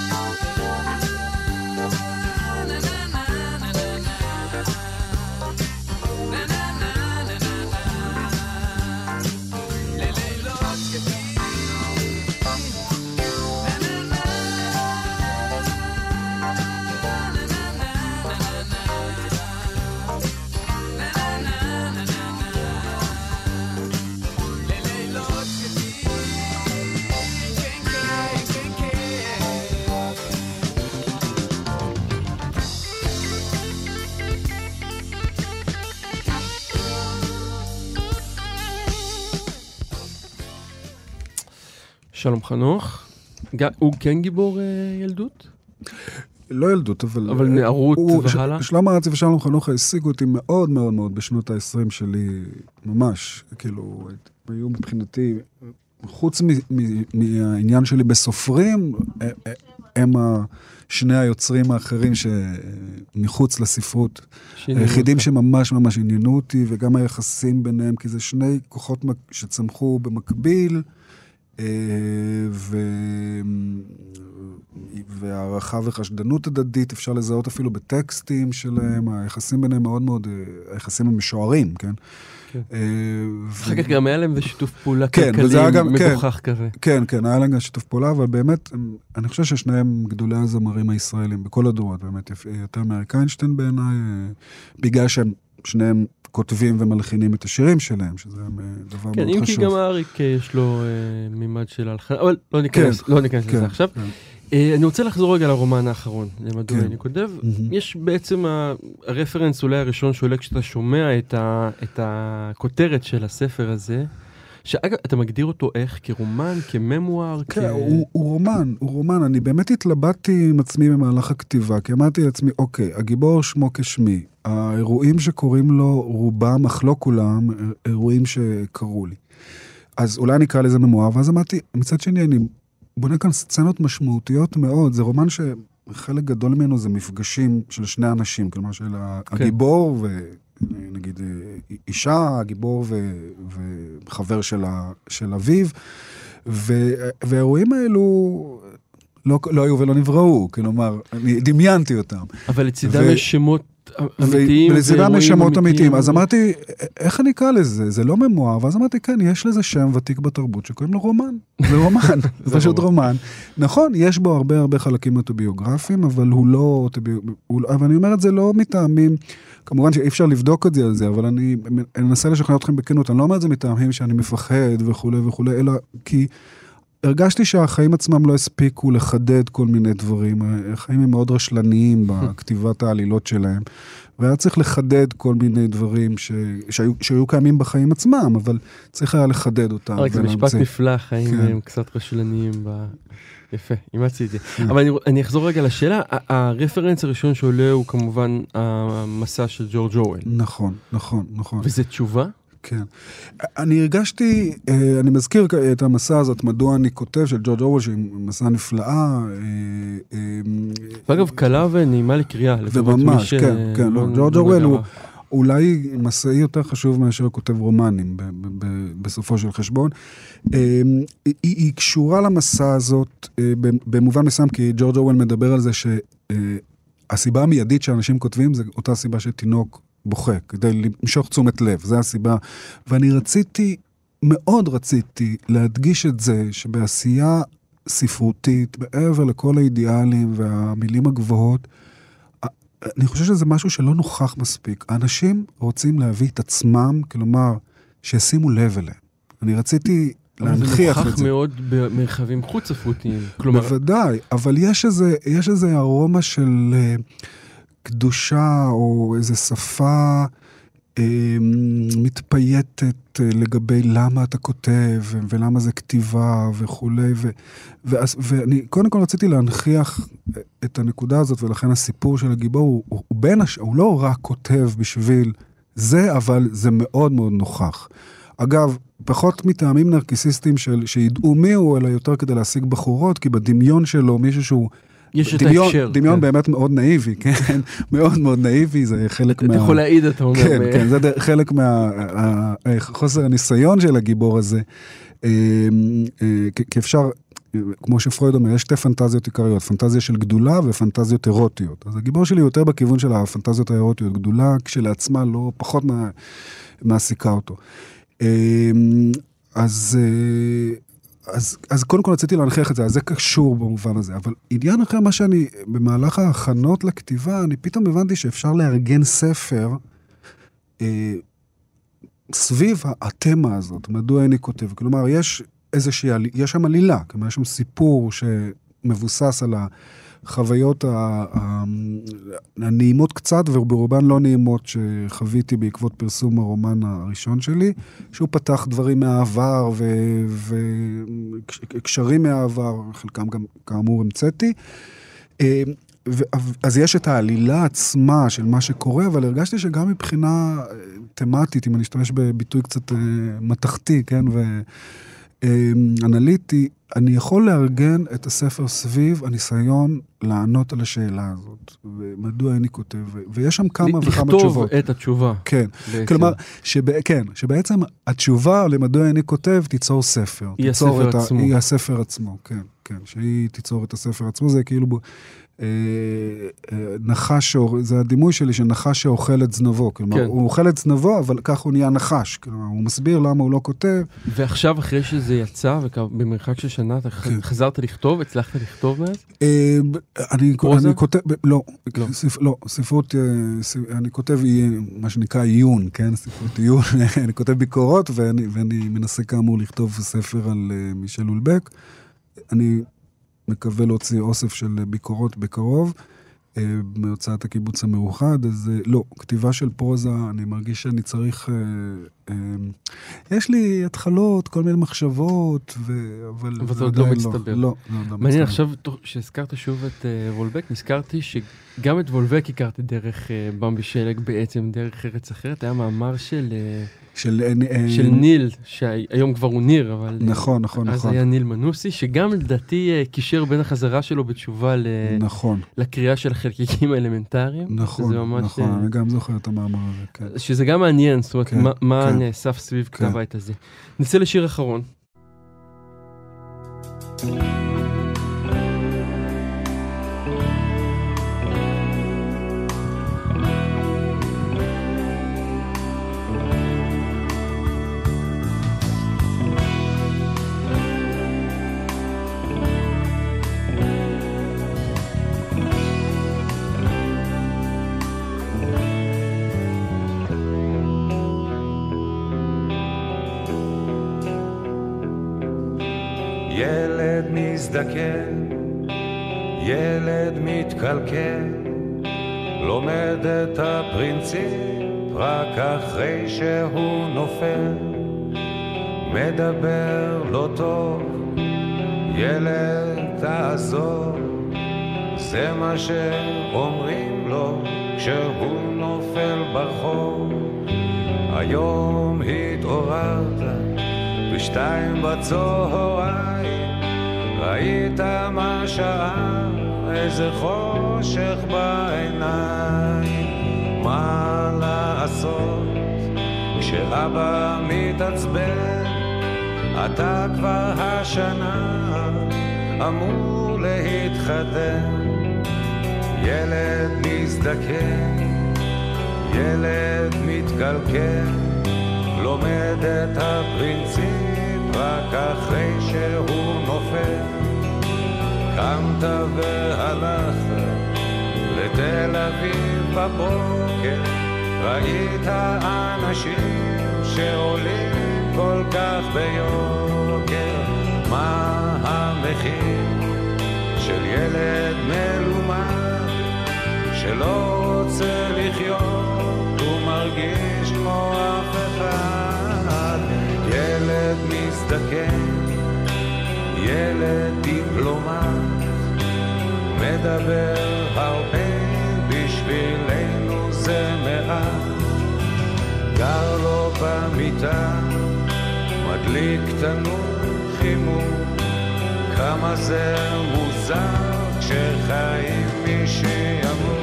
שלום חנוך, הוא כן גיבור ילדות? לא ילדות, אבל... אבל נערות והלאה? שלמה ארצי ושלום חנוך השיגו אותי מאוד מאוד מאוד בשנות ה-עשרים שלי, ממש, כאילו, היו מבחינתי, חוץ מהעניין שלי בסופרים, הם שני היוצרים האחרים שמחוץ לספרות, היחידים שממש ממש עניינו אותי, וגם היחסים ביניהם, כי זה שני כוחות שצמחו במקביל, ו... והערכה וחשדנות הדדית, אפשר לזהות אפילו בטקסטים שלהם, היחסים ביניהם מאוד מאוד, היחסים המשוערים, כן? כן. אחר כך גם היה להם ושיתוף פעולה כלכלי מגוחך כזה. כן, כן, היה להם גם שיתוף פעולה, אבל באמת, אני חושב ששניהם גדולי הזמרים הישראלים, בכל הדורות, באמת, יותר מאריק איינשטיין בעיניי, בגלל שהם שניהם כותבים ומלחינים את השירים שלהם, שזה דבר מאוד חשוב. כן, אם כי גם אריק יש לו מימד של הלחן, אבל לא ניכנס לזה עכשיו. אני רוצה לחזור רגע לרומן האחרון, למדוע אני כותב. יש בעצם הרפרנס אולי הראשון שעולה כשאתה שומע את הכותרת של הספר הזה, שאגב, אתה מגדיר אותו איך? כרומן, כממואר? כן, הוא רומן, הוא רומן. אני באמת התלבטתי עם עצמי במהלך הכתיבה, כי אמרתי לעצמי, אוקיי, הגיבור שמו כשמי, האירועים שקוראים לו רובם, אך לא כולם, אירועים שקראו לי. אז אולי אני אקרא לזה ממואר, ואז אמרתי, מצד שני, אני בונה כאן סצנות משמעותיות מאוד, זה רומן שחלק גדול ממנו זה מפגשים של שני אנשים, כלומר של הגיבור ו... נגיד אישה, הגיבור ו... וחבר של, ה... של אביו, ו... והאירועים האלו לא, לא היו ולא נבראו, כלומר, אני דמיינתי אותם. אבל לצידם ו... יש שמות שמות אמיתיים. ולצידם יש שמות אמיתיים. אז אמרתי, איך אני אקרא לזה? זה לא ממואר. ואז אמרתי, כן, יש לזה שם ותיק בתרבות שקוראים לו רומן. זה רומן, זה פשוט רומן. נכון, יש בו הרבה הרבה חלקים אוטוביוגרפיים, אבל הוא לא אוטוביוגרפי. אבל אני אומר את זה לא מטעמים, כמובן שאי אפשר לבדוק את זה על זה, אבל אני אנסה לשכנע אתכם בכנות. אני לא אומר את זה מטעמים שאני מפחד וכו' וכו', אלא כי הרגשתי שהחיים עצמם לא הספיקו לחדד כל מיני דברים. החיים הם מאוד רשלניים בכתיבת העלילות שלהם, והיה צריך לחדד כל מיני דברים ש... שהיו... שהיו קיימים בחיים עצמם, אבל צריך היה לחדד אותם. רק זה משפט נפלא, חיים כן. הם קצת רשלניים. ב... יפה, אימצתי את זה. אבל אני, אני אחזור רגע לשאלה, הרפרנס הראשון שעולה הוא כמובן המסע של ג'ורג' אורוול. נכון, נכון, נכון. וזה תשובה? כן. אני הרגשתי, אני מזכיר את המסע הזאת, מדוע אני כותב של ג'ורג' אורוול, שהיא מסע נפלאה. ואגב, קלה ונעימה לקריאה. וממש, כן, כן. ג'ורג' אורוול הוא אולי מסעי יותר חשוב מאשר כותב רומנים, בסופו של חשבון. היא קשורה למסע הזאת, במובן מסוים, כי ג'ורג' אורוול מדבר על זה שהסיבה המיידית שאנשים כותבים, זה אותה סיבה שתינוק בוכה, כדי למשוך תשומת לב, זה הסיבה. ואני רציתי, מאוד רציתי, להדגיש את זה, שבעשייה ספרותית, בעבר לכל האידיאלים והמילים הגבוהות, אני חושב שזה משהו שלא נוכח מספיק. האנשים רוצים להביא את עצמם, כלומר, שישימו לב אליהם. אני רציתי להנחיח את זה. זה נוכח מאוד במרחבים חוץ ספרותיים. בוודאי, אבל יש איזה, יש איזה ארומה של קדושה, או איזו שפה אה, מתפייטת לגבי למה אתה כותב, ולמה זה כתיבה וכו'. ו, ואז, ואני קודם כל רציתי להנחיח את הנקודה הזאת, ולכן הסיפור של הגיבור, הוא, הוא, הוא, בין הש... הוא לא רק כותב בשביל זה, אבל זה מאוד מאוד נוכח. אגב, פחות מטעמים נרקיסיסטיים של, שידעו מי הוא, אלא יותר כדי להשיג בחורות, כי בדמיון שלו מישהו שהוא יש את דמיון, ההקשר. דמיון כן. באמת מאוד נאיבי, כן? מאוד מאוד נאיבי, זה חלק מה... אתה יכול להעיד, אתה אומר. כן, כן, זה חלק מהחוסר הניסיון של הגיבור הזה. כי אפשר, כמו שפרויד אומר, יש שתי פנטזיות עיקריות, פנטזיה של גדולה ופנטזיות אירוטיות. אז הגיבור שלי יותר בכיוון של הפנטזיות האירוטיות, גדולה כשלעצמה לא פחות מעסיקה אותו. אז... אז, אז קודם כל רציתי להנחיח את זה, אז זה קשור במובן הזה, אבל עניין אחר מה שאני, במהלך ההכנות לכתיבה, אני פתאום הבנתי שאפשר לארגן ספר אה, סביב התמה הזאת, מדוע אני כותב, כלומר יש איזושהי, יש שם עלילה, כלומר יש שם סיפור שמבוסס על החוויות הנעימות קצת, וברובן לא נעימות שחוויתי בעקבות פרסום הרומן הראשון שלי, שהוא פתח דברים מהעבר וקשרים מהעבר, חלקם גם כאמור המצאתי. אז יש את העלילה עצמה של מה שקורה, אבל הרגשתי שגם מבחינה תמטית, אם אני אשתמש בביטוי קצת מתחתי, כן, ואנליטי, אני יכול לארגן את הספר סביב הניסיון לענות על השאלה הזאת, ומדוע אני כותב, ויש שם כמה וכמה תשובות. לכתוב את התשובה. כן, כלומר, כן, שבעצם התשובה למדוע אני כותב תיצור ספר. היא הספר עצמו. היא הספר עצמו, כן, כן, שהיא תיצור את הספר עצמו, זה כאילו נחש, זה הדימוי שלי של נחש שאוכל את זנבו, כלומר, הוא אוכל את זנבו, אבל כך הוא נהיה נחש, כלומר, הוא מסביר למה הוא לא כותב. ועכשיו, אחרי שזה יצא, ובמרחק של שנה, אתה חזרת לכתוב, הצלחת לכתוב מאז? אני כותב, לא, לא, ספרות, אני כותב מה שנקרא עיון, כן, ספרות עיון, אני כותב ביקורות, ואני מנסה כאמור לכתוב ספר על מישל אולבק. אני מקווה להוציא אוסף של ביקורות בקרוב, מהוצאת הקיבוץ המאוחד, אז לא, כתיבה של פרוזה, אני מרגיש שאני צריך, יש לי התחלות, כל מיני מחשבות, אבל זה עוד לא מצטבר. לא, לא. מעניין, עכשיו שהזכרת שוב את וולבק, נזכרתי שגם את וולבק הכרתי דרך במבי שלג בעצם, דרך ארץ אחרת, היה מאמר של... של, של ניל, שהיום כבר הוא ניר, אבל נכון, נכון, אז נכון. היה ניל מנוסי, שגם לדעתי קישר בין החזרה שלו בתשובה ל... נכון. לקריאה של החלקיקים האלמנטריים. נכון, ממש... נכון, אני גם זוכר את המאמר הזה. כן. שזה גם מעניין, זאת אומרת, כן, מה, מה כן. נאסף סביב כן. כתב העת הזה. נצא לשיר אחרון. מזדקן, ילד מתקלקל, לומד את הפרינציפ רק אחרי שהוא נופל, מדבר לא טוב, ילד תעזור, זה מה שאומרים לו כשהוא נופל ברחוב. היום התעוררת בשתיים בצהריים, ראית מה שעה, איזה חושך בעיניים. מה לעשות כשאבא מתעצבן, אתה כבר השנה אמור להתחתן. ילד מזדקן, ילד מתקלקל, לומד את הפרינציפ רק אחרי שהוא נופל. קמת והלכת לתל אביב בבוקר, ראית אנשים שעולים כל כך ביוקר. מה המחיר של ילד מלומד שלא רוצה לחיות ומרגיש כמו אף אחד? ילד מזדקן, ילד דיפלומט, מדבר הרבה, בשבילנו זה מעט. גר לו במיטה, מדליק תנור חימום, כמה זה מוזר כשחיים מי שימות.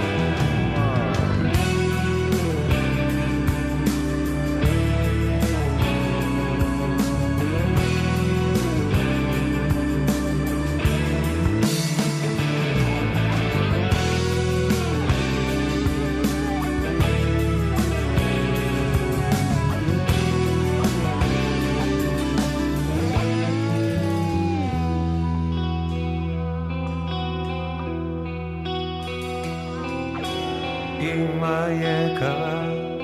אמא יקרה,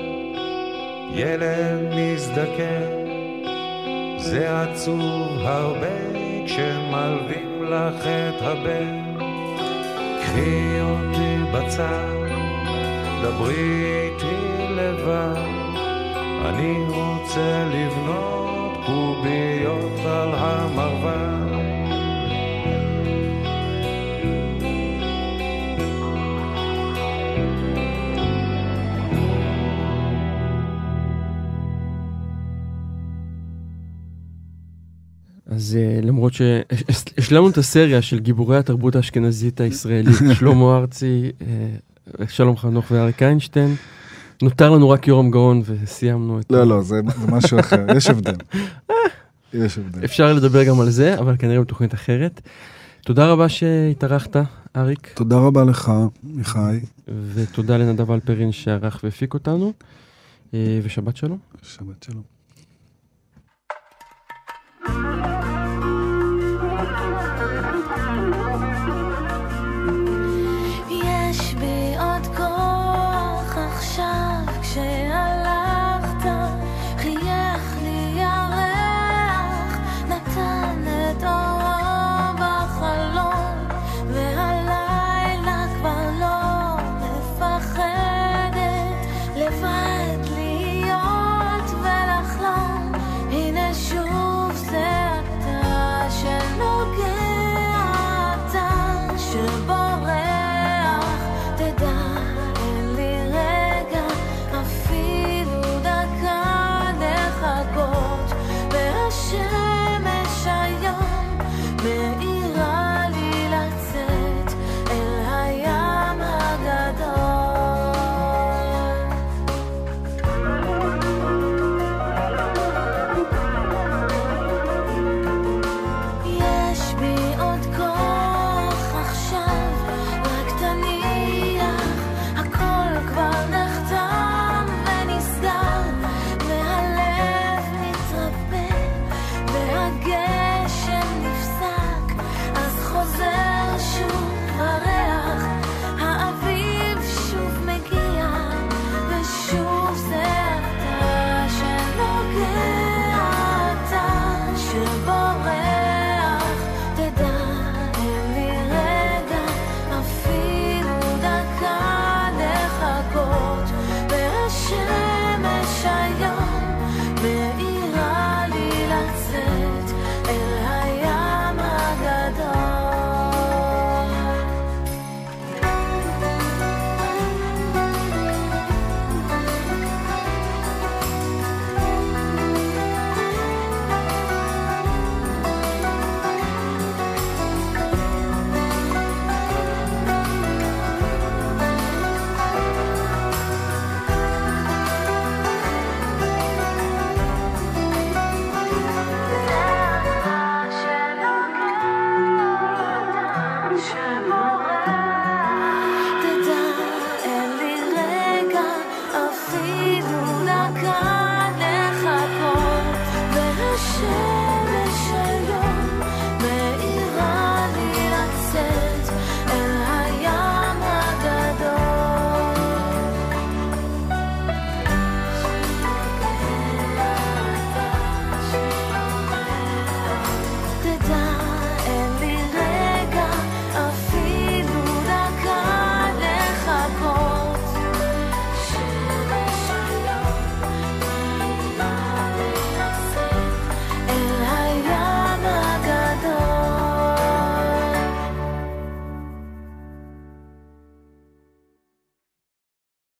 ילד מזדקן, זה עצוב הרבה כשמלווים לך את הבן. קחי אותי בצד, דברי איתי לבד, אני רוצה לבנות קוביות על המרבד. אז למרות שהשלמנו את הסריה של גיבורי התרבות האשכנזית הישראלית, שלמה ארצי, שלום חנוך ואריק איינשטיין, נותר לנו רק יורם גאון וסיימנו את... לא, לא, זה משהו אחר, יש הבדל. יש הבדל. אפשר לדבר גם על זה, אבל כנראה בתוכנית אחרת. תודה רבה שהתארחת, אריק. תודה רבה לך, מיכאי. ותודה לנדב אלפרין שערך והפיק אותנו, ושבת שלום. שבת שלום.